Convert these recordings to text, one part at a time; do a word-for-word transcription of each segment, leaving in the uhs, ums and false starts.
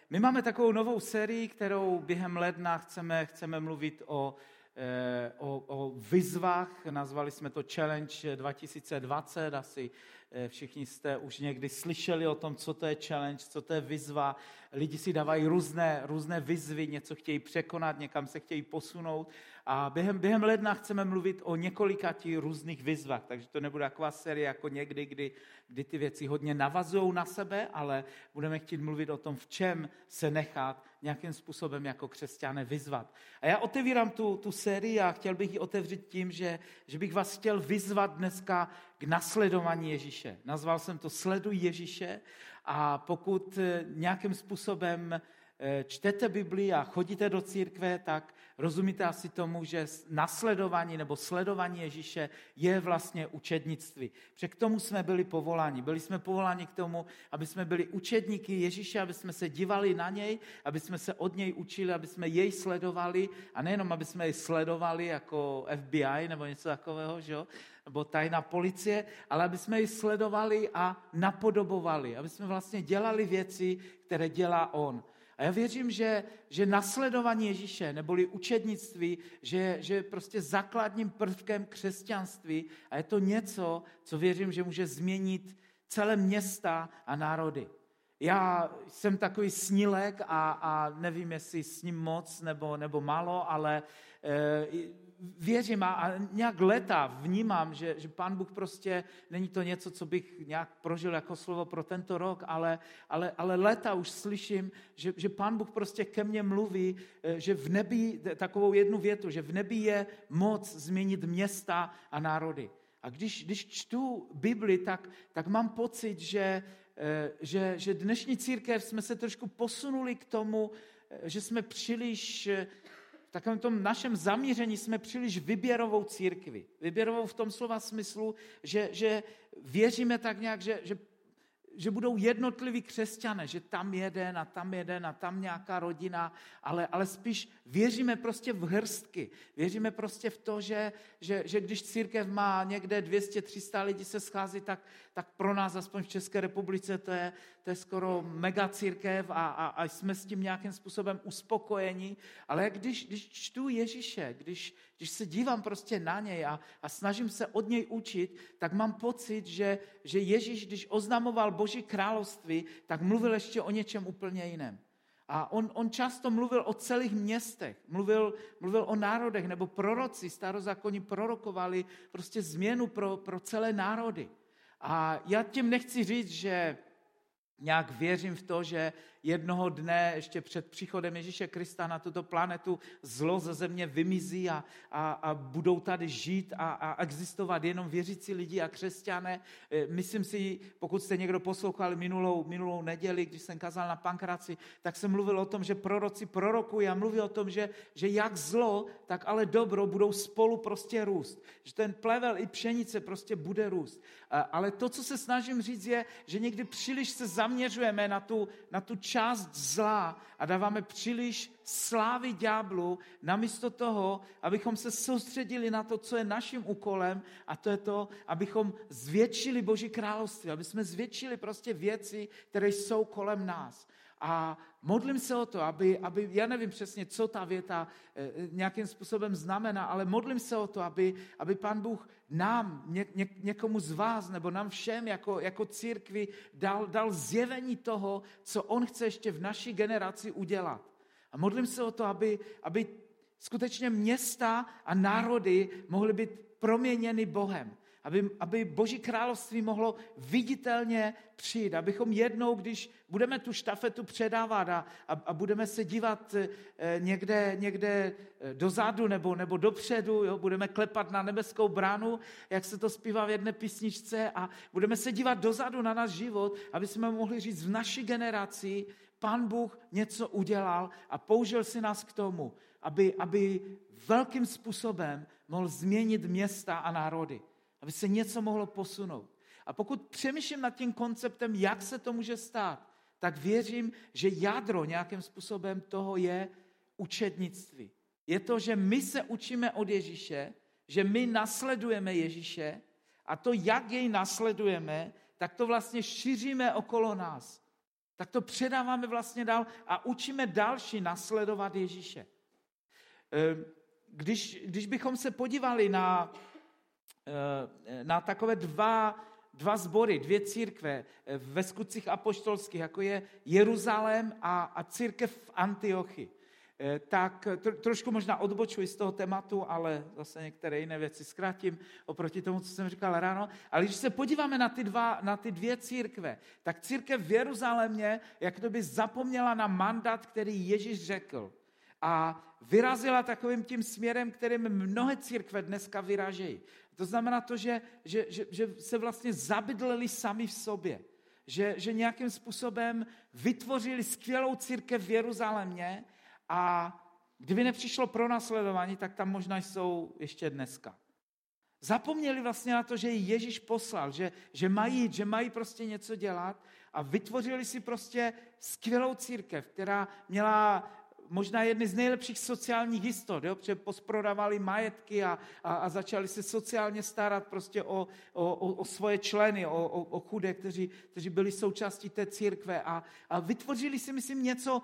My máme takovou novou sérii, kterou během ledna chceme, chceme mluvit o, o, o výzvách. Nazvali jsme to Challenge dva tisíce dvacet. Asi všichni jste už někdy slyšeli o tom, co to je challenge, co to je výzva. Lidi si dávají různé, různé výzvy, něco chtějí překonat, někam se chtějí posunout. A během, během ledna chceme mluvit o několika těch různých výzvách, takže to nebude taková série jako někdy, kdy, kdy ty věci hodně navazují na sebe, ale budeme chtít mluvit o tom, v čem se nechat nějakým způsobem jako křesťané vyzvat. A já otevírám tu, tu sérii a chtěl bych ji otevřít tím, že, že bych vás chtěl vyzvat dneska k nasledování Ježíše. Nazval jsem to Sleduj Ježíše a pokud nějakým způsobem čtete Biblii a chodíte do církve, tak rozumíte asi tomu, že nasledování nebo sledování Ježíše je vlastně učednictví. Protože k tomu jsme byli povoláni. Byli jsme povoláni k tomu, aby jsme byli učedníky Ježíše, aby jsme se dívali na něj, aby jsme se od něj učili, aby jsme jej sledovali a nejenom, aby jsme jej sledovali jako F B I nebo něco takového, že jo? Nebo tajná policie, ale aby jsme ji sledovali a napodobovali, aby jsme vlastně dělali věci, které dělá on. A já věřím, že, že nasledování Ježíše, neboli učednictví, že, že je prostě základním prvkem křesťanství a je to něco, co věřím, že může změnit celé města a národy. Já jsem takový snílek a, a nevím, jestli s ním moc nebo, nebo málo, ale e, věřím a, a nějak leta vnímám, že, že Pán Bůh prostě, není to něco, co bych nějak prožil jako slovo pro tento rok, ale, ale, ale leta už slyším, že, že Pán Bůh prostě ke mně mluví, že v nebi, takovou jednu větu, že v nebi je moc změnit města a národy. A když, když čtu Bibli, tak, tak mám pocit, že, že, že dnešní církev jsme se trošku posunuli k tomu, že jsme příliš, v takovém tom našem zamíření jsme příliš vyběrovou církvi. Vyběrovou v tom slova smyslu, že, že věříme tak nějak, že, že že budou jednotliví křesťané, že tam jeden a tam jeden a tam nějaká rodina, ale, ale spíš věříme prostě v hrstky. Věříme prostě v to, že, že, že když církev má někde dvě stě tři sta lidí se schází, tak, tak pro nás, aspoň v České republice, to je, to je skoro mega církev a, a, a jsme s tím nějakým způsobem uspokojeni. Ale když, když čtu Ježíše, když, když se dívám prostě na něj a, a snažím se od něj učit, tak mám pocit, že, že Ježíš, když oznamoval Boží království, tak mluvil ještě o něčem úplně jiném. A on, on často mluvil o celých městech, mluvil, mluvil o národech, nebo proroci, starozákonní prorokovali prostě změnu pro, pro celé národy. A já tím nechci říct, že nějak věřím v to, že jednoho dne ještě před příchodem Ježíše Krista na tuto planetu zlo ze země vymizí a, a, a budou tady žít a, a existovat jenom věřící lidi a křesťané. Myslím si, pokud jste někdo poslouchal minulou, minulou neděli, když jsem kazal na Pankraci, tak jsem mluvil o tom, že proroci prorokují a mluví o tom, že, že jak zlo, tak ale dobro budou spolu prostě růst. Že ten plevel i pšenice prostě bude růst. Ale to, co se snažím říct, je, že někdy příliš se zaměřujeme na tu, na tu část zla a dáváme příliš slávy ďáblu, namísto toho, abychom se soustředili na to, co je naším úkolem, a to je to, abychom zvětšili Boží království, aby jsme zvětšili prostě věci, které jsou kolem nás. A modlím se o to, aby, aby, já nevím přesně, co ta věta e, nějakým způsobem znamená, ale modlím se o to, aby, aby Pán Bůh nám, ně, ně, někomu z vás, nebo nám všem jako, jako církvi dal, dal zjevení toho, co on chce ještě v naší generaci udělat. A modlím se o to, aby, aby skutečně města a národy mohly být proměněny Bohem. Aby, aby Boží království mohlo viditelně přijít. Abychom jednou, když budeme tu štafetu předávat a, a, a budeme se dívat e, někde, někde dozadu nebo, nebo dopředu, jo, budeme klepat na nebeskou bránu, jak se to zpívá v jedné písničce, a budeme se dívat dozadu na náš život, aby jsme mohli říct v naší generaci, Pán Bůh něco udělal a použil si nás k tomu, aby, aby velkým způsobem mohl změnit města a národy. Aby se něco mohlo posunout. A pokud přemýšlím nad tím konceptem, jak se to může stát, tak věřím, že jádro nějakým způsobem toho je učednictví. Je to, že my se učíme od Ježíše, že my nasledujeme Ježíše a to, jak jej nasledujeme, tak to vlastně šíříme okolo nás. tak to předáváme vlastně dál a učíme další nasledovat Ježíše. Když, když bychom se podívali na, na takové dva, dva sbory, dvě církve ve skutcích apoštolských, jako je Jeruzalém a, a církev v Antiochii, tak tro, trošku možná odbočuji z toho tématu, ale zase některé jiné věci zkrátím oproti tomu, co jsem říkal ráno. Ale když se podíváme na ty, dva, na ty dvě církve, tak církev v Jeruzalémě jak kdyby zapomněla na mandát, který Ježíš řekl. A vyrazila takovým tím směrem, kterým mnohé církve dneska vyražejí. To znamená to, že, že, že, že se vlastně zabydleli sami v sobě. Že, že nějakým způsobem vytvořili skvělou církev v Jeruzalémě a kdyby nepřišlo pronásledování, tak tam možná jsou ještě dneska. Zapomněli vlastně na to, že Ježíš poslal, že, že mají jít, že mají prostě něco dělat a vytvořili si prostě skvělou církev, která měla možná jedny z nejlepších sociálních histor, jo? Protože posprodávali majetky a, a, a začali se sociálně starat prostě o, o, o svoje členy, o, o, o chudé, kteří, kteří byli součástí té církve a, a vytvořili si, myslím, něco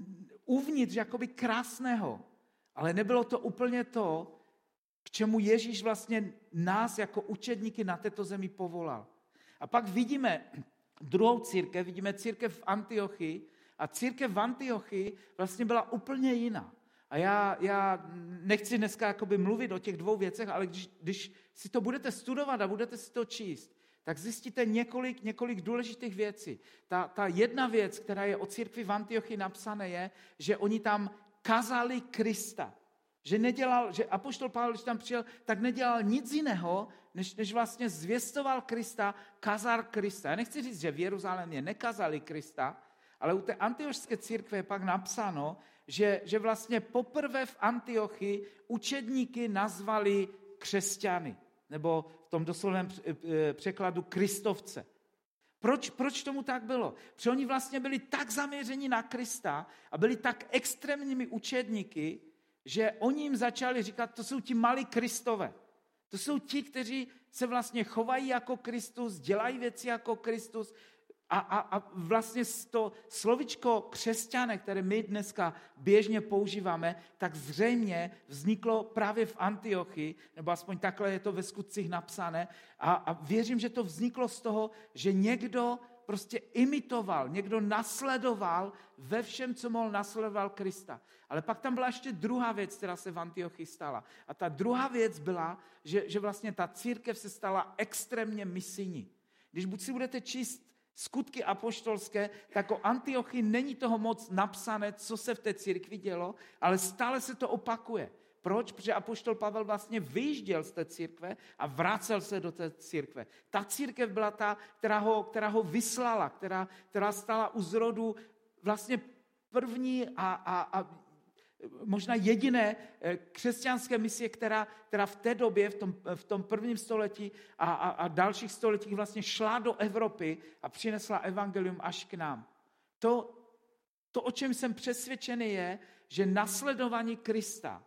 uvnitř jakoby krásného, ale nebylo to úplně to, k čemu Ježíš vlastně nás jako učedníky na této zemi povolal. A pak vidíme druhou církev, vidíme církev v Antiochii, a církev v Antiochii vlastně byla úplně jiná. A já, já nechci dneska jakoby mluvit o těch dvou věcech, ale když, když si to budete studovat a budete si to číst, tak zjistíte několik, několik důležitých věcí. Ta, ta jedna věc, která je o církvi v Antiochii napsané, je, že oni tam kazali Krista. Že nedělal, že apoštol Pavel, když tam přijel, tak nedělal nic jiného, než, než vlastně zvěstoval Krista, kazal Krista. Já nechci říct, že v Jeruzalémě nekazali Krista, ale u té antiošské církve je pak napsáno, že, že vlastně poprvé v Antiochii učedníky nazvali křesťany, nebo v tom doslovném překladu Kristovce. Proč, proč tomu tak bylo? Protože oni vlastně byli tak zaměřeni na Krista a byli tak extrémními učedníky, že oni jim začali říkat, to jsou ti malí Kristové. To jsou ti, kteří se vlastně chovají jako Kristus, dělají věci jako Kristus, A, a, a vlastně to slovičko křesťané, které my dneska běžně používáme, tak zřejmě vzniklo právě v Antiochii, nebo aspoň takhle je to ve skutcích napsané. A, a věřím, že to vzniklo z toho, že někdo prostě imitoval, někdo nasledoval ve všem, co mohl, nasledoval Krista. Ale pak tam byla ještě druhá věc, která se v Antiochii stala. A ta druhá věc byla, že, že vlastně ta církev se stala extrémně misijní. Když buď si budete číst skutky apoštolské, tak o Antiochii není toho moc napsané, co se v té církvi dělo, ale stále se to opakuje. Proč? Protože apoštol Pavel vlastně vyjížděl z té církve a vracel se do té církve. Ta církev byla ta, která ho, která ho vyslala, která, která stala u zrodu vlastně první a, a, a možná jediné křesťanské misie, která, která v té době, v tom, v tom prvním století a, a, a dalších stoletích vlastně šla do Evropy a přinesla evangelium až k nám. To, to, o čem jsem přesvědčený, je, že nasledování Krista,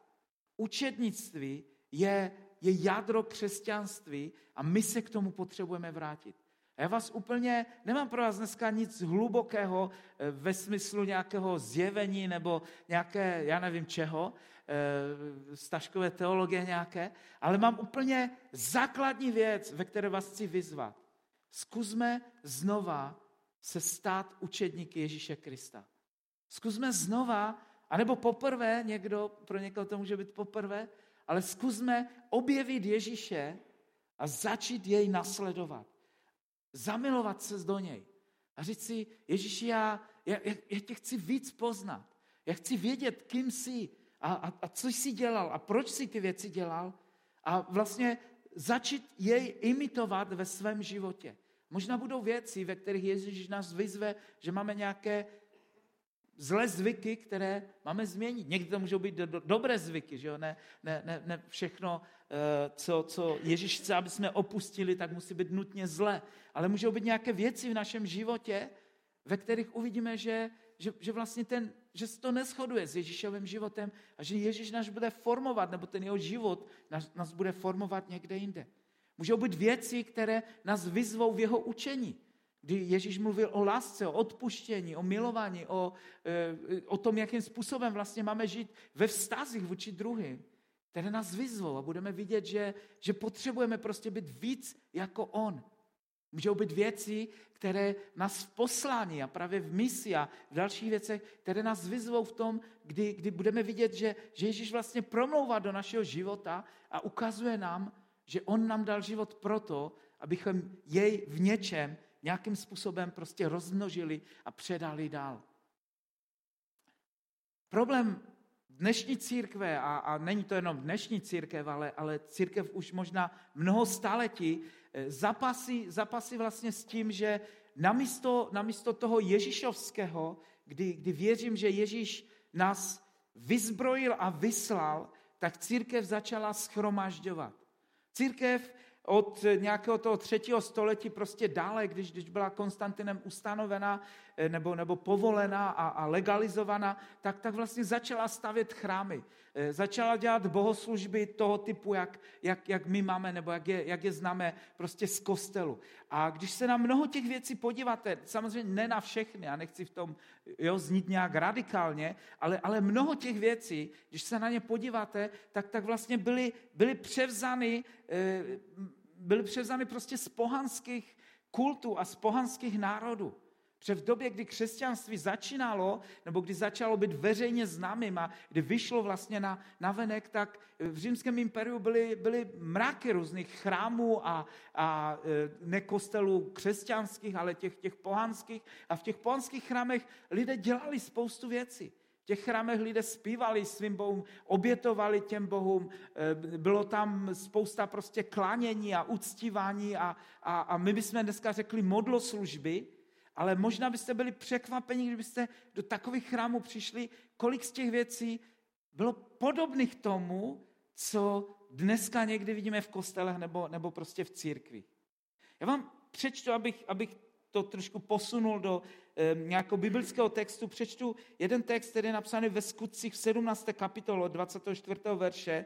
učednictví je, je jádro křesťanství a my se k tomu potřebujeme vrátit. A já vás úplně, nemám pro vás dneska nic hlubokého ve smyslu nějakého zjevení nebo nějaké, já nevím čeho, staškové teologie nějaké, ale mám úplně základní věc, ve které vás chci vyzvat. Zkusme znova se stát učedníky Ježíše Krista. Zkusme znova, anebo poprvé, někdo, pro někoho to může být poprvé, ale zkusme objevit Ježíše a začít jej nasledovat. Zamilovat se do něj a říct si, Ježíši, já, já, já tě chci víc poznat. Já chci vědět, kým jsi a, a, a co jsi dělal a proč jsi ty věci dělal a vlastně začít jej imitovat ve svém životě. Možná budou věci, ve kterých Ježíš nás vyzve, že máme nějaké zlé zvyky, které máme změnit. Někdy to můžou být do, do, dobré zvyky, že jo? Ne, ne, ne, ne všechno, co, co Ježíš chce, aby jsme opustili, tak musí být nutně zlé. Ale můžou být nějaké věci v našem životě, ve kterých uvidíme, že, že, že vlastně ten, že se to neshoduje s Ježíšovým životem a že Ježíš nás bude formovat, nebo ten jeho život nás, nás bude formovat někde jinde. Můžou být věci, které nás vyzvou v jeho učení, kdy Ježíš mluvil o lásce, o odpuštění, o milování, o, o tom, jakým způsobem vlastně máme žít ve vztazích vůči druhým, které nás vyzvou a budeme vidět, že, že potřebujeme prostě být víc jako on. Můžou být věci, které nás v poslání a právě v misi a v dalších věcech, které nás vyzvou v tom, kdy, kdy budeme vidět, že, že Ježíš vlastně promlouvá do našeho života a ukazuje nám, že on nám dal život proto, abychom jej v něčem nějakým způsobem prostě rozmnožili a předali dál. Problém dnešní církve, a, a není to jenom dnešní církev, ale, ale církev už možná mnoho staletí, zapasí, zapasí vlastně s tím, že namísto, namísto toho ježíšovského, kdy, kdy věřím, že Ježíš nás vyzbrojil a vyslal, tak církev začala shromažďovat. Církev od nějakého toho třetího století prostě dále, když, když byla Konstantinem ustanovena nebo, nebo povolena a, a legalizovaná, tak, tak vlastně začala stavět chrámy. Začala dělat bohoslužby toho typu, jak, jak, jak my máme, nebo jak je, jak je známe prostě z kostelu. A když se na mnoho těch věcí podíváte, samozřejmě ne na všechny, já nechci v tom jo, znít nějak radikálně, ale, ale mnoho těch věcí, když se na ně podíváte, tak, tak vlastně byly, byly převzany, byly převzany prostě z pohanských kultů a z pohanských národů. Protože v době, kdy křesťanství začínalo, nebo kdy začalo být veřejně známým a kdy vyšlo vlastně na, na venek, tak v římském impériu byly, byly mraky různých chrámů a, a ne kostelů křesťanských, ale těch, těch pohanských. A v těch pohanských chrámech lidé dělali spoustu věcí. V těch chrámech lidé zpívali svým bohům, obětovali těm bohům, bylo tam spousta prostě klánění a uctívání a, a, a my bychom dneska řekli modloslužby, ale možná byste byli překvapeni, kdybyste do takových chrámů přišli, kolik z těch věcí bylo podobných tomu, co dneska někdy vidíme v kostelech nebo, nebo prostě v církvi. Já vám přečtu, abych, abych to trošku posunul do e, nějakého biblického textu, přečtu jeden text, který je napsaný ve Skutcích v sedmnácté kapitole od dvacátého čtvrtého verše,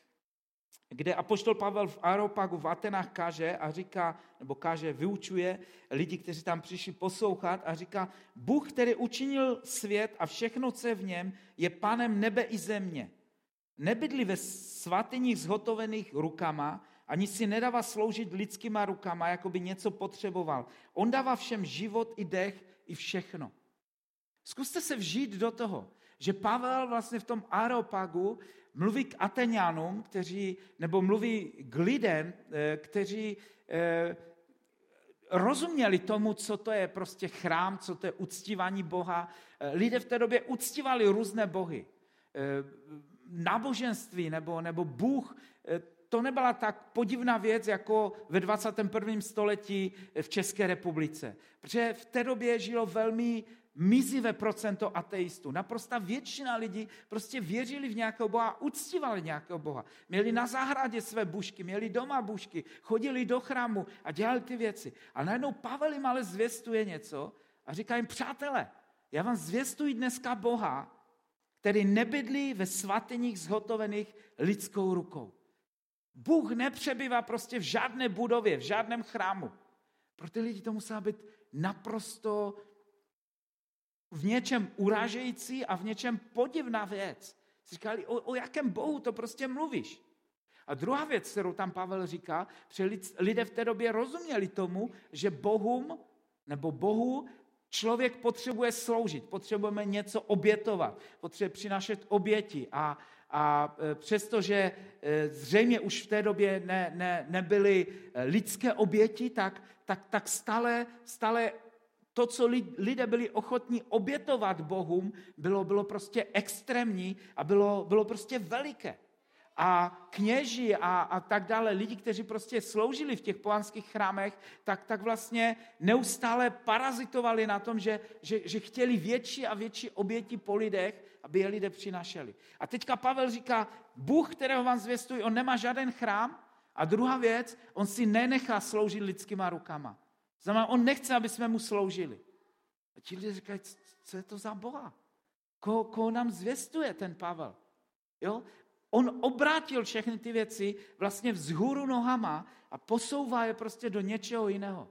kde apoštol Pavel v Areopagu v Atenách káže a říká, nebo káže, vyučuje lidi, kteří tam přišli poslouchat a říká, Bůh, který učinil svět a všechno, co je v něm, je pánem nebe i země. Nebydlí ve svatyních zhotovených rukama, ani si nedává sloužit lidskýma rukama, jako by něco potřeboval. On dává všem život i dech, i všechno. Zkuste se vžít do toho, že Pavel vlastně v tom Areopagu mluví k Atenianům, kteří, nebo mluví k lidem, kteří eh, rozuměli tomu, co to je prostě chrám, co to je uctívání Boha. Lidé v té době uctívali různé bohy. Eh, náboženství nebo, nebo Bůh, eh, to nebyla tak podivná věc, jako ve dvacátém prvním století v České republice. Protože v té době žilo velmi mizivé procento ateistů. Naprosta většina lidí prostě věřili v nějakého Boha a uctívali nějakého Boha. Měli na zahradě své bušky, měli doma bušky, chodili do chrámu a dělali ty věci. A najednou Pavel jim ale zvěstuje něco a říká jim, přátelé, já vám zvěstuji dneska Boha, který nebydlí ve svatyních zhotovených lidskou rukou. Bůh nepřebývá prostě v žádné budově, v žádném chrámu. Pro ty lidi to musela být naprosto v něčem urážející a v něčem podivná věc. Říkali, o, o jakém Bohu to prostě mluvíš? A druhá věc, kterou tam Pavel říká, že lidé v té době rozuměli tomu, že Bohům nebo Bohu člověk potřebuje sloužit, potřebujeme něco obětovat, potřebuje přinášet oběti a, a přestože zřejmě už v té době ne, ne, nebyly lidské oběti, tak, tak, tak stále, stále to, co lidé byli ochotní obětovat Bohům, bylo, bylo prostě extrémní a bylo, bylo prostě veliké. A kněži a, a tak dále, lidi, kteří prostě sloužili v těch pohanských chrámech, tak, tak vlastně neustále parazitovali na tom, že, že, že chtěli větší a větší oběti po lidech, aby je lidé přinášeli. A teďka Pavel říká, Bůh, kterého vám zvěstuji, on nemá žádný chrám. A druhá věc, on si nenechá sloužit lidskýma rukama. Znamená, on nechce, aby jsme mu sloužili. A ti lidé říkají, co je to za Boha? Koho, koho nám zvěstuje ten Pavel? Jo? On obrátil všechny ty věci vlastně vzhůru nohama a posouvá je prostě do něčeho jiného.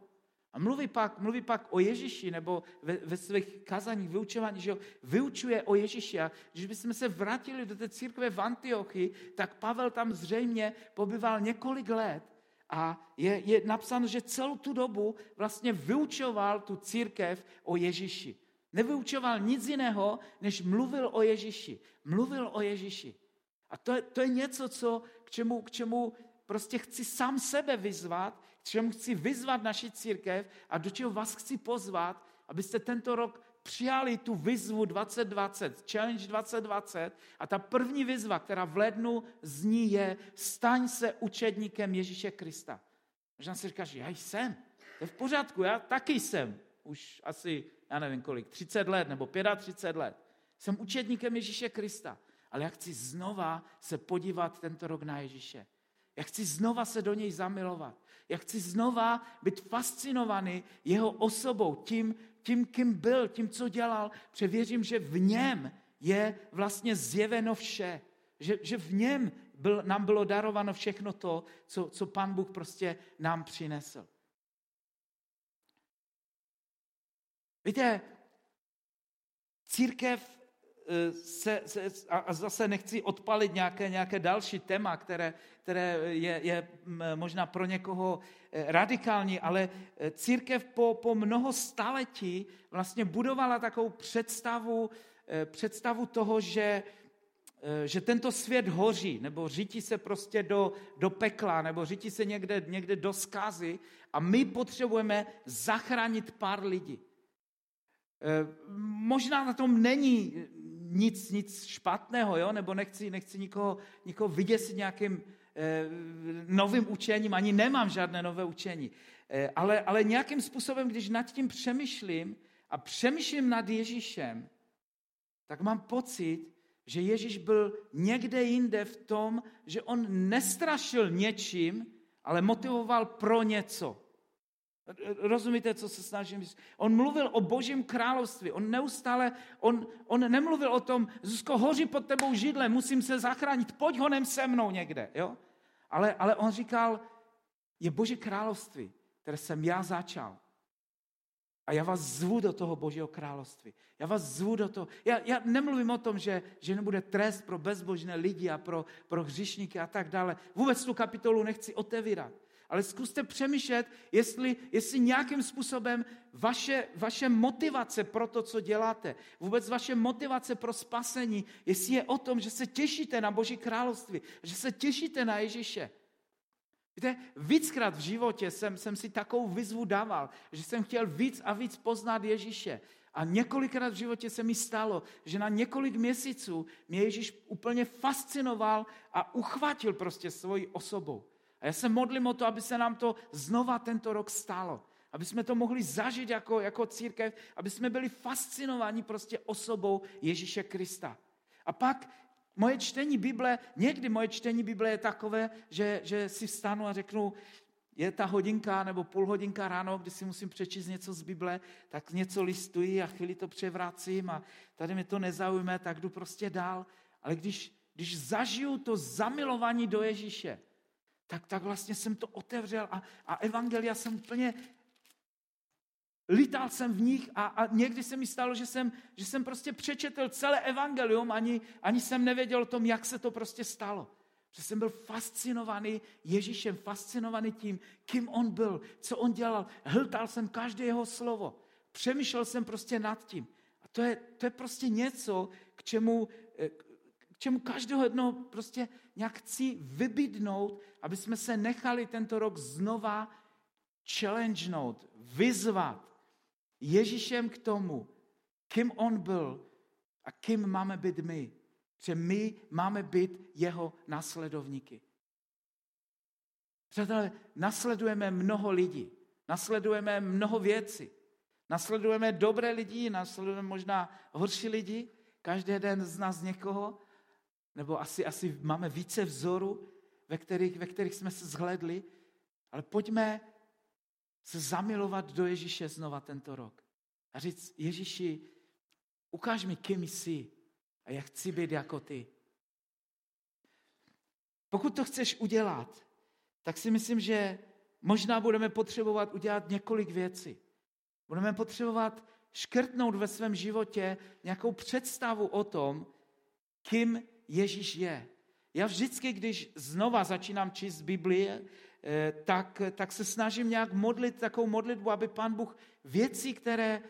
A mluví pak, mluví pak o Ježíši, nebo ve, ve svých kazaních, vyučování, že vyučuje o Ježíši. A když bychom se vrátili do té církve v Antiochii, tak Pavel tam zřejmě pobyval několik let a je, je napsáno, že celou tu dobu vlastně vyučoval tu církev o Ježíši. Nevyučoval nic jiného, než mluvil o Ježíši. Mluvil o Ježíši. A to je, to je něco, co, k, čemu, k čemu prostě chci sám sebe vyzvat, k čemu chci vyzvat naši církev a do čeho vás chci pozvat, abyste tento rok přijali tu výzvu dvacet dvacet, Challenge dvacet dvacet a ta první výzva, která v lednu zní je staň se učedníkem Ježíše Krista. Možná si říkáš, já jsem, to je v pořádku, já taky jsem, už asi, já nevím kolik, třicet let nebo třicet pět let. Jsem učedníkem Ježíše Krista, ale já chci znova se podívat tento rok na Ježíše. Já chci znova se do něj zamilovat. Já chci znova být fascinovaný jeho osobou, tím, tím, kým byl, tím, co dělal. Převěřím, že v něm je vlastně zjeveno vše. Že, že v něm byl, nám bylo darováno všechno to, co, co Pán Bůh prostě nám přinesl. Víte, církev Se, se, a zase nechci odpalit nějaké, nějaké další téma, které, které je, je možná pro někoho radikální, ale církev po, po mnoho staletí vlastně budovala takovou představu, představu toho, že, že tento svět hoří, nebo řítí se prostě do, do pekla, nebo řítí se někde, někde do zkázy a my potřebujeme zachránit pár lidí. Možná na tom není nic, nic špatného, jo? Nebo nechci, nechci nikoho, nikoho vyděsit nějakým eh, novým učením, ani nemám žádné nové učení. Eh, ale, ale nějakým způsobem, když nad tím přemýšlím a přemýšlím nad Ježíšem, tak mám pocit, že Ježíš byl někde jinde v tom, že on nestrašil něčím, ale motivoval pro něco. Rozumíte, co se snažím říct? On mluvil o Božím království. On neustále, on, on nemluvil o tom, Zuzko, hoří pod tebou židle, musím se zachránit, pojď honem se mnou někde. Jo? Ale, ale on říkal, je Boží království, které jsem já začal. A já vás zvu do toho Božího království. Já vás zvu do toho. Já, já nemluvím o tom, že, že nebude trest pro bezbožné lidi a pro, pro hříšníky a tak dále. Vůbec tu kapitolu nechci otevírat. Ale zkuste přemýšlet, jestli, jestli nějakým způsobem vaše, vaše motivace pro to, co děláte, vůbec vaše motivace pro spasení, jestli je o tom, že se těšíte na Boží království, že se těšíte na Ježíše. Víte, víckrát v životě jsem, jsem si takovou výzvu dával, že jsem chtěl víc a víc poznat Ježíše. A několikrát v životě se mi stalo, že na několik měsíců mě Ježíš úplně fascinoval a uchvátil prostě svojí osobou. A já se modlím o to, aby se nám to znova tento rok stalo. Aby jsme to mohli zažít jako, jako církev, aby jsme byli fascinováni prostě osobou Ježíše Krista. A pak moje čtení Bible, někdy moje čtení Bible je takové, že, že si vstanu a řeknu, je ta hodinka nebo půl hodinka ráno, kdy si musím přečíst něco z Bible, tak něco listuji a chvíli to převracím a tady mě to nezaujme, tak jdu prostě dál. Ale když, když zažiju to zamilování do Ježíše, tak, tak vlastně jsem to otevřel a, a evangelia jsem úplně, lítal jsem v nich a, a někdy se mi stalo, že jsem, že jsem prostě přečetl celé evangelium, ani, ani jsem nevěděl o tom, jak se to prostě stalo. Že jsem byl fascinovaný Ježíšem, fascinovaný tím, kým on byl, co on dělal. Hltal jsem každé jeho slovo. Přemýšlel jsem prostě nad tím. A to je, to je prostě něco, k čemu, k čemu každého jednoho prostě nějak chci vybídnout, aby jsme se nechali tento rok znova challengenout, vyzvat Ježíšem k tomu, kým on byl a kým máme být my. Že my máme být jeho následovníky. Přátelé, nasledujeme mnoho lidí, nasledujeme mnoho věcí, nasledujeme dobré lidi, nasledujeme možná horší lidi, každý den z nás někoho, nebo asi, asi máme více vzorů, ve kterých, ve kterých jsme se zhlédli, ale pojďme se zamilovat do Ježíše znova tento rok. A říct, Ježíši, ukáž mi, kým jsi a já chci být jako ty. Pokud to chceš udělat, tak si myslím, že možná budeme potřebovat udělat několik věcí. Budeme potřebovat škrtnout ve svém životě nějakou představu o tom, kým Ježíš je. Já vždycky, když znova začínám číst Bibli, tak, tak se snažím nějak modlit takovou modlitbu, aby Pán Bůh věci, které,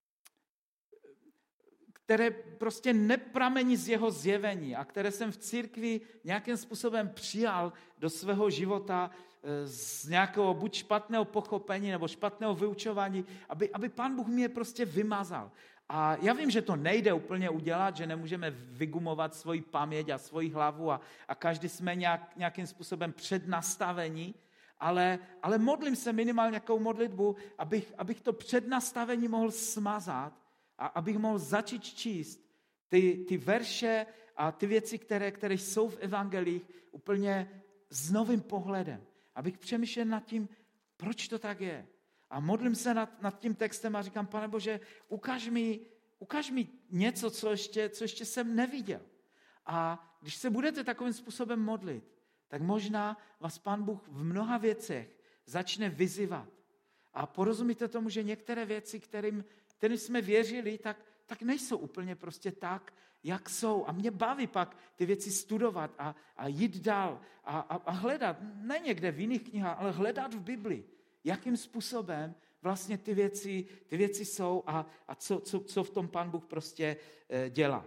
které prostě nepramení z jeho zjevení a které jsem v církvi nějakým způsobem přijal do svého života z nějakého buď špatného pochopení nebo špatného vyučování, aby, aby Pán Bůh mě prostě vymazal. A já vím, že to nejde úplně udělat, že nemůžeme vygumovat svoji paměť a svoji hlavu a, a každý jsme nějak, nějakým způsobem přednastavení, ale, ale modlím se minimálně nějakou modlitbu, abych, abych to přednastavení mohl smazat a abych mohl začít číst ty, ty verše a ty věci, které, které jsou v evangelích úplně s novým pohledem. Abych přemýšlel nad tím, proč to tak je. A modlím se nad, nad tím textem a říkám, Pane Bože, ukaž mi, ukaž mi něco, co ještě, co ještě jsem neviděl. A když se budete takovým způsobem modlit, tak možná vás Pán Bůh v mnoha věcech začne vyzývat. A porozumíte tomu, že některé věci, kterým, kterým jsme věřili, tak, tak nejsou úplně prostě tak, jak jsou. A mě baví pak ty věci studovat a, a jít dál a, a, a hledat, ne někde v jiných knihách, ale hledat v Bibli, jakým způsobem vlastně ty věci, ty věci jsou a, a co, co, co v tom Pán Bůh prostě e, dělá.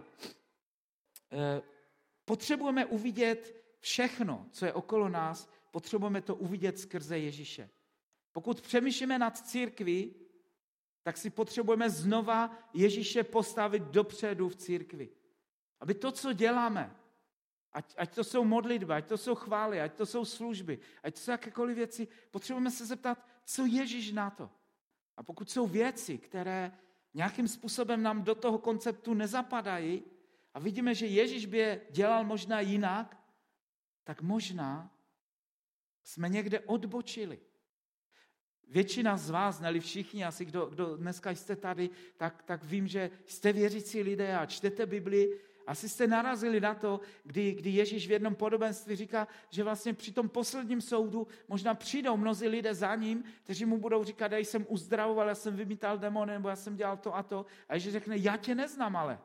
E, potřebujeme uvidět všechno, co je okolo nás, potřebujeme to uvidět skrze Ježíše. Pokud přemýšlíme nad církví, tak si potřebujeme znova Ježíše postavit dopředu v církvi. Aby to, co děláme, ať, ať to jsou modlitby, ať to jsou chvály, ať to jsou služby, ať to jsou jakékoliv věci, potřebujeme se zeptat, co Ježíš na to. A pokud jsou věci, které nějakým způsobem nám do toho konceptu nezapadají a vidíme, že Ježíš by je dělal možná jinak, tak možná jsme někde odbočili. Většina z vás, ne všichni, asi kdo, kdo dneska jste tady, tak, tak vím, že jste věřící lidé a čtete Bibli. Asi jste narazili na to, kdy, kdy Ježíš v jednom podobenství říká, že vlastně při tom posledním soudu možná přijdou mnozí lidé za ním, kteří mu budou říkat, já jsem uzdravoval, já jsem vymítal démony, nebo já jsem dělal to a to. A Ježíš řekne, já tě neznám ale.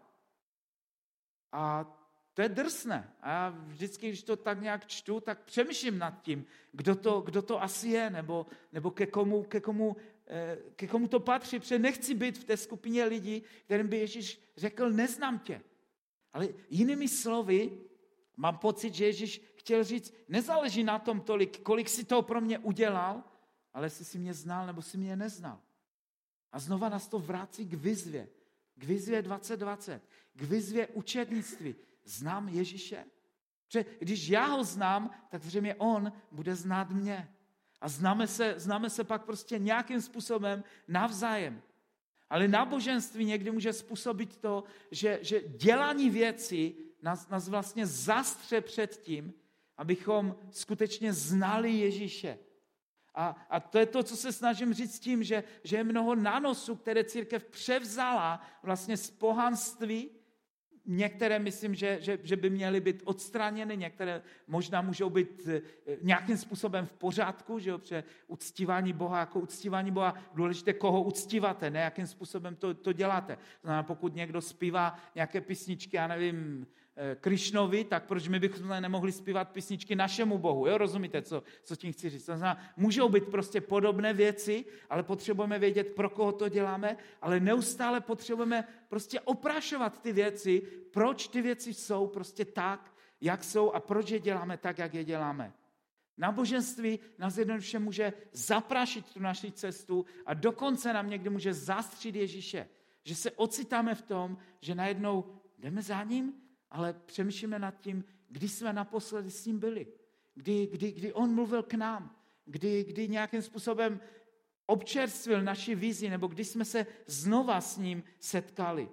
A to je drsné. A já vždycky, když to tak nějak čtu, tak přemýšlím nad tím, kdo to, kdo to asi je, nebo, nebo ke, komu, ke, komu, ke komu to patří. Protože nechci být v té skupině lidí, kterým by Ježíš řekl, neznám tě. Ale jinými slovy, mám pocit, že Ježíš chtěl říct, nezáleží na tom tolik, kolik si toho pro mě udělal, ale jestli jsi mě znal, nebo si mě neznal. A znova nás to vrací k výzvě. K výzvě dvacet dvacet. K výzvě učednictví. Znám Ježíše? Protože když já ho znám, tak zřejmě on bude znát mě. A známe se, známe se pak prostě nějakým způsobem navzájem. Ale náboženství někdy může způsobit to, že, že dělání věcí nás, nás vlastně zastře před tím, abychom skutečně znali Ježíše. A, a to je to, co se snažím říct tím, že, že je mnoho nánosů, které církev převzala vlastně z pohanství. Některé myslím, že, že, že by měly být odstraněny, některé možná můžou být nějakým způsobem v pořádku, že jo, protože uctívání Boha jako uctívání Boha, důležité, koho uctíváte, ne jakým způsobem to, to děláte. Znamená, pokud někdo zpívá nějaké písničky, já nevím, Krišnovi, tak proč my bychom nemohli zpívat písničky našemu Bohu, jo, rozumíte, co, co tím chci říct. To znamená, můžou být prostě podobné věci, ale potřebujeme vědět, pro koho to děláme, ale neustále potřebujeme prostě oprášovat ty věci, proč ty věci jsou prostě tak, jak jsou a proč je děláme tak, jak je děláme. Náboženství nás jednoduše může zaprášit tu naši cestu a dokonce nám někdy může zastřít Ježíše, že se ocitáme v tom, že najednou jdeme za ním, ale přemýšlíme nad tím, kdy jsme naposledy s ním byli, kdy, kdy, kdy on mluvil k nám, kdy, kdy nějakým způsobem občerstvil naši vizi, nebo kdy jsme se znova s ním setkali.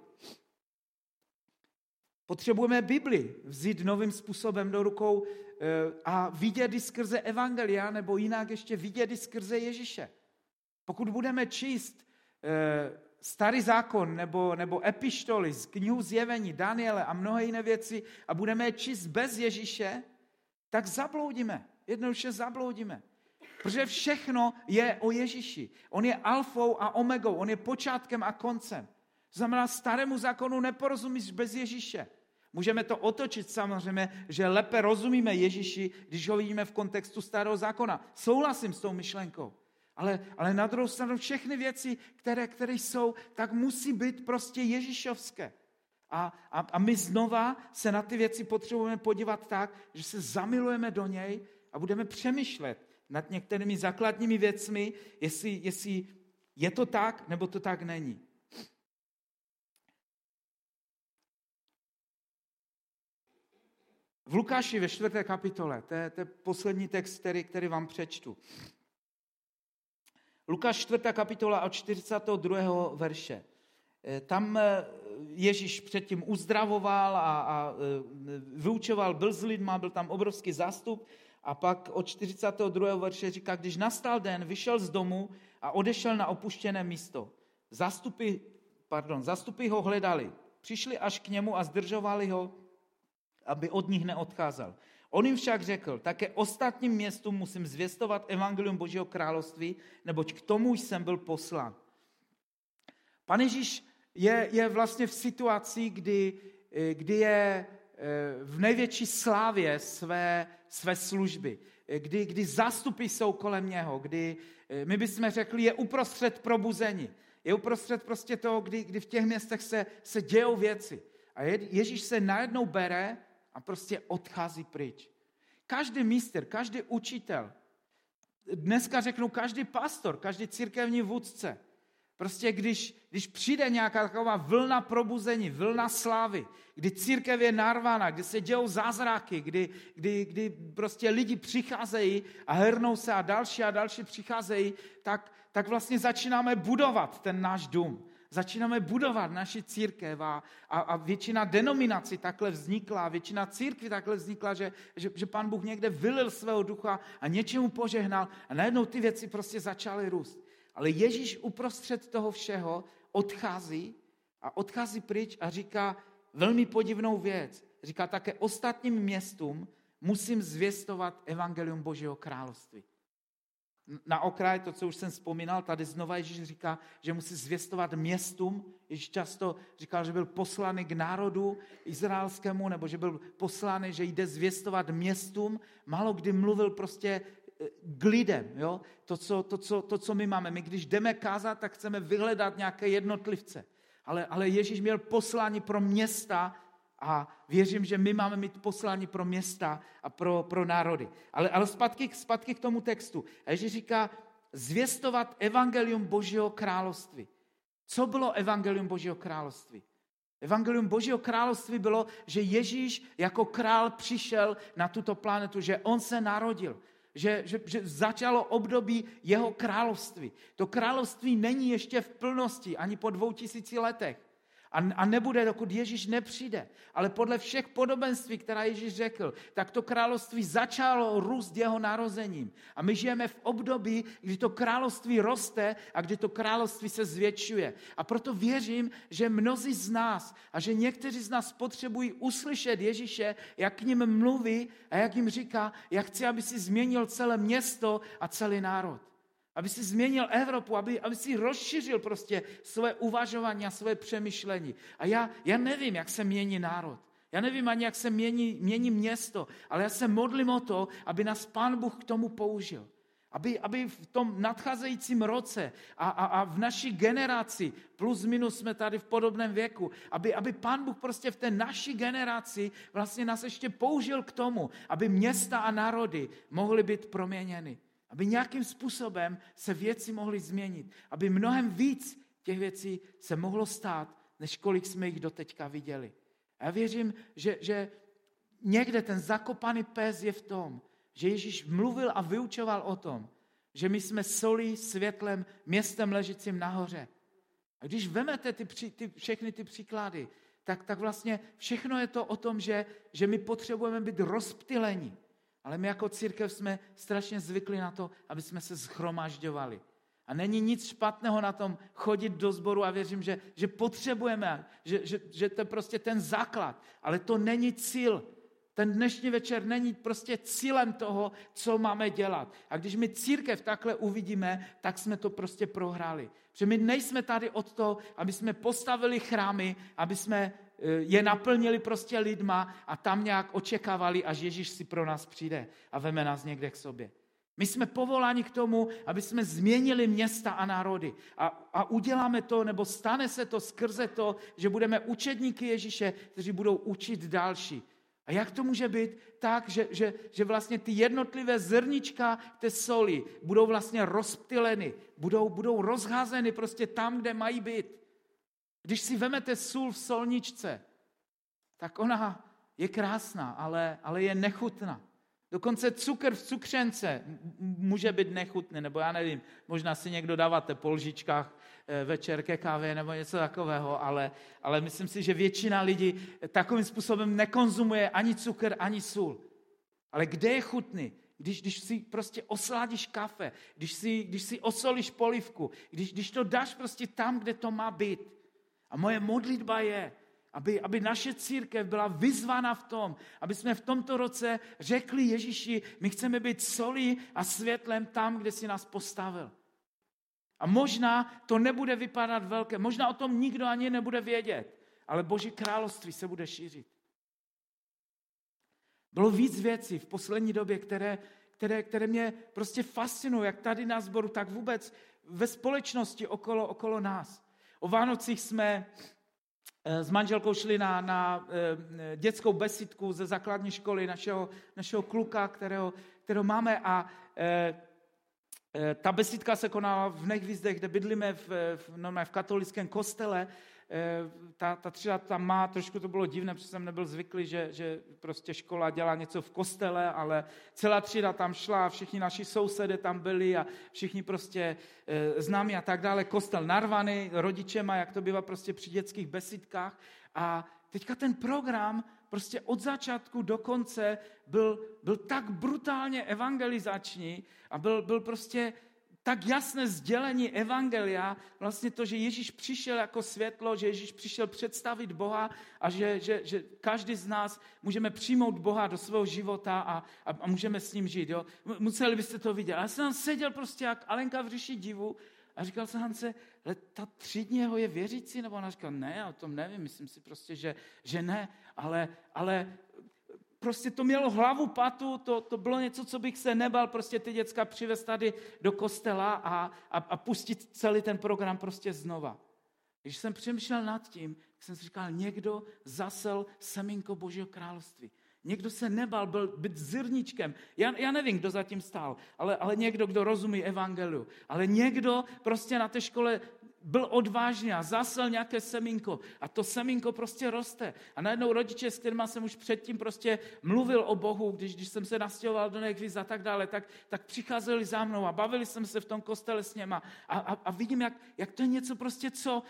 Potřebujeme Bibli vzít novým způsobem do rukou a vidět i skrze evangelia, nebo jinak ještě vidět i skrze Ježíše. Pokud budeme číst Starý zákon nebo, nebo epištoly z knihu Zjevení, Daniele a mnohé jiné věci a budeme je číst bez Ježíše, tak zabloudíme. Jednoduše zabloudíme. Protože všechno je o Ježíši. On je alfou a omegou, on je počátkem a koncem. To znamená, starému zákonu neporozumíš bez Ježíše. Můžeme to otočit samozřejmě, že lépe rozumíme Ježíši, když ho vidíme v kontextu starého zákona. Souhlasím s tou myšlenkou. Ale, ale na druhou stranu všechny věci, které, které jsou, tak musí být prostě ježíšovské. A, a, a my znova se na ty věci potřebujeme podívat tak, že se zamilujeme do něj a budeme přemýšlet nad některými základními věcmi, jestli, jestli je to tak, nebo to tak není. V Lukáši ve čtvrté kapitole, to je, to je poslední text, který, který vám přečtu. Lukáš čtvrtá kapitola od čtyřicátého druhého verše. Tam Ježíš předtím uzdravoval a, a vyučoval, byl s lidma, byl tam obrovský zástup a pak od čtyřicátého druhého verše říká, když nastal den, vyšel z domu a odešel na opuštěné místo. Zástupy, pardon, zástupy ho hledali, přišli až k němu a zdržovali ho, aby od nich neodcházel. On jim však řekl, také ostatním městům musím zvěstovat evangelium Božího království, neboť k tomu jsem byl poslán. Pan Ježíš je, je vlastně v situaci, kdy, kdy je v největší slávě své, své služby, kdy, kdy zástupy jsou kolem něho, kdy my bychom řekli, je uprostřed probuzení. Je uprostřed prostě toho, kdy, kdy v těch městech se, se dějou věci. A Ježíš se najednou bere a prostě odchází pryč. Každý mistr, každý učitel, dneska řeknu každý pastor, každý církevní vůdce, prostě když, když přijde nějaká taková vlna probuzení, vlna slávy, kdy církev je narvána, kdy se dějou zázraky, kdy, kdy, kdy prostě lidi přicházejí a hrnou se a další a další přicházejí, tak, tak vlastně začínáme budovat ten náš dům. Začínáme budovat naši církev a, a, a většina denominací takhle vznikla, většina církví takhle vznikla, že, že, že Pán Bůh někde vylil svého ducha a něčemu požehnal a najednou ty věci prostě začaly růst. Ale Ježíš uprostřed toho všeho odchází a odchází pryč a říká velmi podivnou věc. Říká také ostatním městům musím zvěstovat evangelium Božího království. Na okraj, to, co už jsem vzpomínal, tady znova Ježíš říká, že musí zvěstovat městům. Ježíš často říkal, že byl poslaný k národu izraelskému, nebo že byl poslaný, že jde zvěstovat městům. Málo kdy mluvil prostě k lidem. Jo? To, co, to, co, to, co my máme. My když jdeme kázat, tak chceme vyhledat nějaké jednotlivce. Ale, ale Ježíš měl poslání pro města a věřím, že my máme mít poslání pro města a pro, pro národy. Ale, ale zpátky, zpátky k tomu textu. A Ježíš říká, zvěstovat evangelium Božího království. Co bylo evangelium Božího království? Evangelium Božího království bylo, že Ježíš jako král přišel na tuto planetu, že on se narodil. Že, že, že začalo období jeho království. To království není ještě v plnosti ani po dvou tisíci letech. A, a nebude, dokud Ježíš nepřijde. Ale podle všech podobenství, která Ježíš řekl, tak to království začalo růst jeho narozením. A my žijeme v období, kdy to království roste a kdy to království se zvětšuje. A proto věřím, že mnozí z nás a že někteří z nás potřebují uslyšet Ježíše, jak k ním mluví a jak jim říká, jak chci, aby si změnil celé město a celý národ. Aby si změnil Evropu, aby, aby si rozšířil prostě své uvažování a své přemýšlení. A já, já nevím, jak se mění národ. Já nevím ani, jak se mění, mění město, ale já se modlím o to, aby nás Pán Bůh k tomu použil. Aby, aby v tom nadcházejícím roce a, a, a v naší generaci, plus minus jsme tady v podobném věku, aby, aby Pán Bůh prostě v té naší generaci vlastně nás ještě použil k tomu, aby města a národy mohly být proměněny. Aby nějakým způsobem se věci mohly změnit. Aby mnohem víc těch věcí se mohlo stát, než kolik jsme jich doteďka viděli. A já věřím, že, že někde ten zakopaný pes je v tom, že Ježíš mluvil a vyučoval o tom, že my jsme solí, světlem, městem ležícím nahoře. A když vemete ty, ty, všechny ty příklady, tak, tak vlastně všechno je to o tom, že, že my potřebujeme být rozptyleni. Ale my jako církev jsme strašně zvykli na to, aby jsme se shromažďovali. A není nic špatného na tom chodit do sboru a věřím, že, že potřebujeme, že, že, že to je prostě ten základ. Ale to není cíl Ten dnešní večer není prostě cílem toho, co máme dělat. A když my církev takhle uvidíme, tak jsme to prostě prohráli. Protože my nejsme tady od toho, aby jsme postavili chrámy, aby jsme je naplnili prostě lidma a tam nějak očekávali, až Ježíš si pro nás přijde a veme nás někde k sobě. My jsme povoláni k tomu, aby jsme změnili města a národy. A, a uděláme to, nebo stane se to skrze to, že budeme učedníky Ježíše, kteří budou učit další. A jak to může být? Tak, že, že, že vlastně ty jednotlivé zrnička té soli budou vlastně rozptyleny, budou, budou rozházeny prostě tam, kde mají být. Když si vemete sůl v solničce, tak ona je krásná, ale, ale je nechutná. Dokonce cukr v cukřence může být nechutný, nebo já nevím, možná si někdo dáváte po lžičkách večer ke kávě nebo něco takového, ale, ale myslím si, že většina lidí takovým způsobem nekonzumuje ani cukr, ani sůl. Ale kde je chutný? Když, když si prostě osladíš kafe, když si, když si osolíš polívku, když, když to dáš prostě tam, kde to má být. A moje modlitba je, Aby, aby naše církev byla vyzvána v tom, aby jsme v tomto roce řekli Ježíši, my chceme být solí a světlem tam, kde si nás postavil. A možná to nebude vypadat velké, možná o tom nikdo ani nebude vědět, ale Boží království se bude šířit. Bylo víc věcí v poslední době, které, které, které mě prostě fascinují, jak tady na sboru, tak vůbec ve společnosti okolo, okolo nás. O Vánocích jsme s manželkou šli na, na e, dětskou besidku ze základní školy našeho, našeho kluka, kterého, kterého máme a e, e, ta besidka se konala v Nechvízdech, kde bydlíme v, v, no, v katolickém kostele. E, ta, ta třída tam má, trošku to bylo divné, protože jsem nebyl zvyklý, že, že prostě škola dělá něco v kostele, ale celá třída tam šla, všichni naši sousedé tam byli a všichni prostě e, známí a tak dále. Kostel narvaný rodičema, jak to bývá prostě při dětských besidkách. A teďka ten program prostě od začátku do konce byl, byl tak brutálně evangelizační a byl, byl prostě tak jasné sdělení evangelia, vlastně to, že Ježíš přišel jako světlo, že Ježíš přišel představit Boha a že, že, že každý z nás můžeme přijmout Boha do svého života a, a, a můžeme s ním žít. Jo? Museli byste to vidět. Já jsem tam seděl prostě jak Alenka v říši divu a říkal jsem Hance, ale ta třídního je věřící? Nebo ona říkala, ne, já o tom nevím, myslím si prostě, že, že ne, ale... ale prostě to mělo hlavu patu, to, to bylo něco, co bych se nebal prostě ty děcka přivést tady do kostela a, a, a pustit celý ten program prostě znova. Když jsem přemýšlel nad tím, jsem si říkal, někdo zasel semínko Božího království. Někdo se nebal byl být zrničkem. Já, já nevím, kdo za tím stál, ale, ale někdo, kdo rozumí evangeliu. Ale někdo prostě na té škole byl odvážný a zasel nějaké semínko a to semínko prostě roste. A najednou rodiče, s kterými jsem už předtím prostě mluvil o Bohu, když, když jsem se nastěhoval do Nechvíz a tak dále, tak, tak přicházeli za mnou a bavili jsem se v tom kostele s něma a, a, a vidím, jak, jak to je něco prostě, co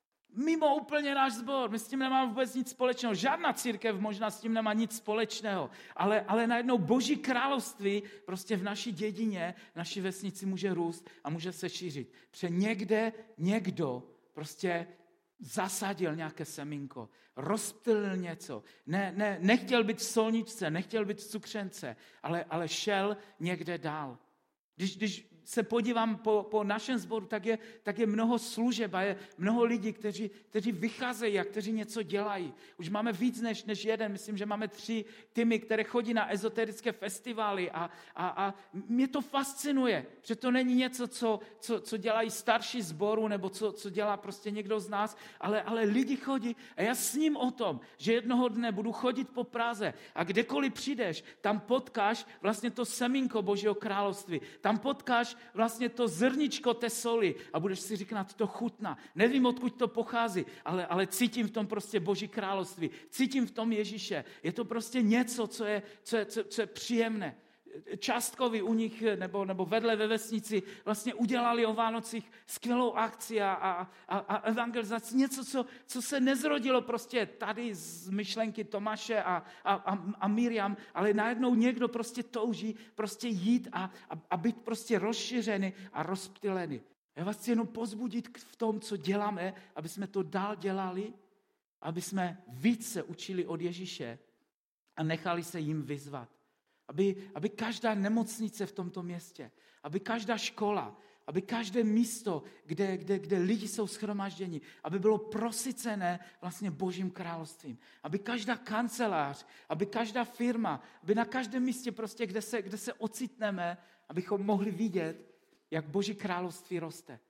mimo úplně náš sbor. My s tím nemáme vůbec nic společného. Žádná církev možná s tím nemá nic společného. Ale, ale najednou Boží království prostě v naší dědině, v naší vesnici může růst a může se šířit. Protože někde někdo prostě zasadil nějaké semínko, rozptylil něco. Ne, ne, nechtěl být v solničce, nechtěl být v cukřence, ale, ale šel někde dál. Když, když se podívám po, po našem sboru, tak je, tak je mnoho služeb a je mnoho lidí, kteří, kteří vycházejí a kteří něco dělají. Už máme víc než, než jeden, myslím, že máme tři týmy, které chodí na ezoterické festivály a, a, a mě to fascinuje, že to není něco, co, co, co dělají starší sboru nebo co, co dělá prostě někdo z nás, ale, ale lidi chodí a já sním o tom, že jednoho dne budu chodit po Praze a kdekoliv přijdeš, tam potkáš vlastně to semínko Božího království, tam potkáš vlastně to zrničko té soli a budeš si říkat, to chutná. Nevím, odkud to pochází, ale, ale cítím v tom prostě Boží království. Cítím v tom Ježíše. Je to prostě něco, co je, co je, co, co je příjemné. Částkovi u nich, nebo, nebo vedle ve vesnici, vlastně udělali o Vánocích skvělou akci a, a, a, a evangelizaci. Něco, co, co se nezrodilo prostě tady z myšlenky Tomáše a, a, a, a Miriam, ale najednou někdo prostě touží prostě jít a, a, a být prostě rozšířený a rozptylený. Já vás chci jenom pozbudit v tom, co děláme, aby jsme to dál dělali, aby jsme více učili od Ježíše a nechali se jim vyzvat. Aby, aby každá nemocnice v tomto městě, aby každá škola, aby každé místo, kde, kde, kde lidi jsou shromažděni, aby bylo prosycené vlastně Božím královstvím. Aby každá kancelář, aby každá firma, aby na každém místě, prostě, kde, se, kde se ocitneme, abychom mohli vidět, jak Boží království roste.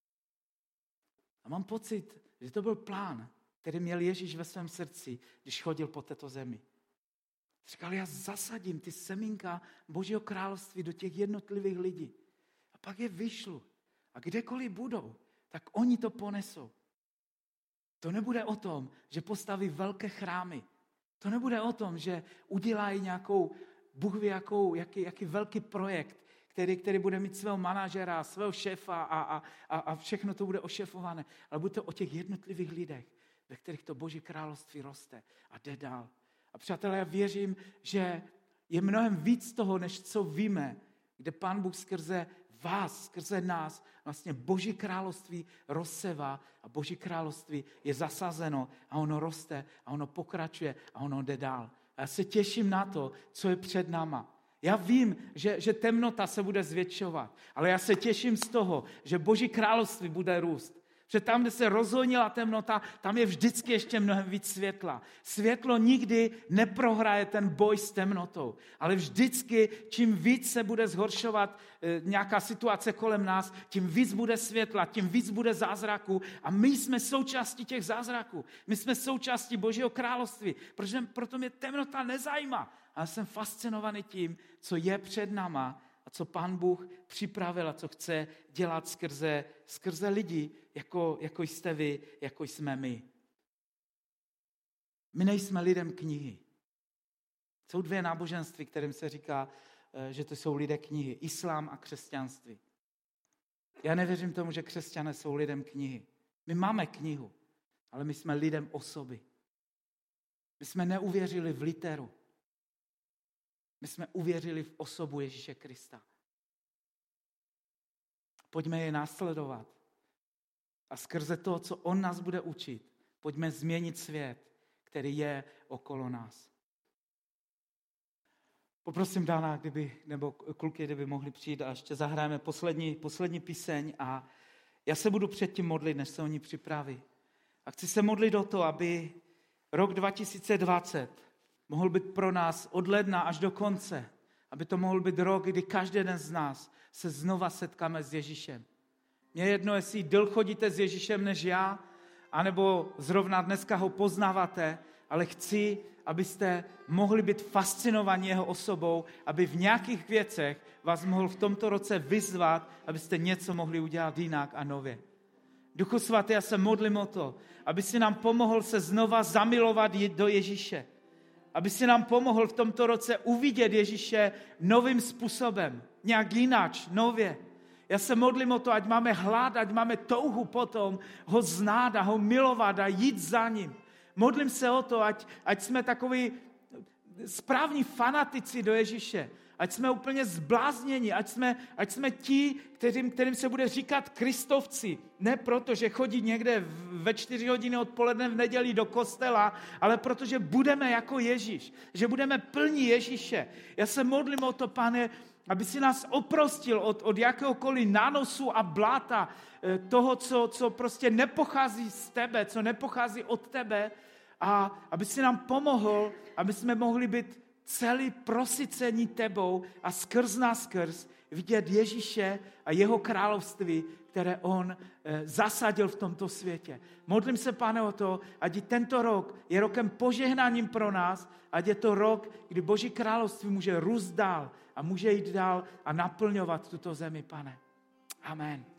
A mám pocit, že to byl plán, který měl Ježíš ve svém srdci, když chodil po této zemi. Říkal, já zasadím ty semínka Božího království do těch jednotlivých lidí. A pak je vyšlu. A kdekoliv budou, tak oni to ponesou. To nebude o tom, že postaví velké chrámy. To nebude o tom, že udělají nějakou, Bůh ví, jakou, jaký, jaký velký projekt, který, který bude mít svého manažera, svého šéfa a, a, a, a všechno to bude ošefované. Ale bude to o těch jednotlivých lidech, ve kterých to Boží království roste a jde dál. A přátelé, já věřím, že je mnohem víc toho, než co víme, kde Pán Bůh skrze vás, skrze nás, vlastně Boží království rozsevá a Boží království je zasazeno a ono roste a ono pokračuje a ono jde dál. A já se těším na to, co je před náma. Já vím, že, že temnota se bude zvětšovat, ale já se těším z toho, že Boží království bude růst. Že tam, kde se rozhonila temnota, tam je vždycky ještě mnohem víc světla. Světlo nikdy neprohraje ten boj s temnotou, ale vždycky, čím víc se bude zhoršovat e, nějaká situace kolem nás, tím víc bude světla, tím víc bude zázraků a my jsme součástí těch zázraků. My jsme součástí Božího království, protože proto mě temnota nezajímá, ale jsem fascinovaný tím, co je před náma a co Pán Bůh připravil a co chce dělat skrze, skrze lidi, jako, jako jste vy, jako jsme my. My nejsme lidem knihy. Jsou dvě náboženství, kterým se říká, že to jsou lidé knihy. Islám a křesťanství. Já nevěřím tomu, že křesťané jsou lidem knihy. My máme knihu, ale my jsme lidem osoby. My jsme neuvěřili v literu. My jsme uvěřili v osobu Ježíše Krista. Pojďme je následovat. A skrze to, co on nás bude učit, pojďme změnit svět, který je okolo nás. Poprosím Dana, kdyby, nebo kluky, kdyby mohli přijít a ještě zahrajeme poslední, poslední píseň a já se budu předtím modlit, než se oni připraví. A chci se modlit o to, aby rok dva tisíce dvacet mohl být pro nás od ledna až do konce, aby to mohl být rok, kdy každý den z nás se znova setkáme s Ježíšem. Mně je jedno, jestli díl chodíte s Ježíšem než já, anebo zrovna dneska ho poznáváte, ale chci, abyste mohli být fascinovaní jeho osobou, aby v nějakých věcech vás mohl v tomto roce vyzvat, abyste něco mohli udělat jinak a nově. Duchu svatý, já se modlím o to, aby si nám pomohl se znova zamilovat do Ježíše. Aby si nám pomohl v tomto roce uvidět Ježíše novým způsobem, nějak jináč, nově. Já se modlím o to, ať máme hlad, ať máme touhu potom ho znát a ho milovat a jít za ním. Modlím se o to, ať, ať jsme takoví správní fanatici do Ježíše, ať jsme úplně zblázněni, ať jsme, ať jsme ti, kterým, kterým se bude říkat kristovci. Ne proto, že chodí někde ve čtyři hodiny odpoledne v neděli do kostela, ale protože budeme jako Ježíš, že budeme plní Ježíše. Já se modlím o to, Pane, aby si nás oprostil od, od jakéhokoliv nánosu a bláta, toho, co, co prostě nepochází z tebe, co nepochází od tebe, a aby si nám pomohl, aby jsme mohli být celý prosycení tebou a skrz nás skrz vidět Ježíše a jeho království, které on zasadil v tomto světě. Modlím se, Pane, o to, ať i tento rok je rokem požehnáním pro nás, ať je to rok, kdy Boží království může růst dál a může jít dál a naplňovat tuto zemi, Pane. Amen.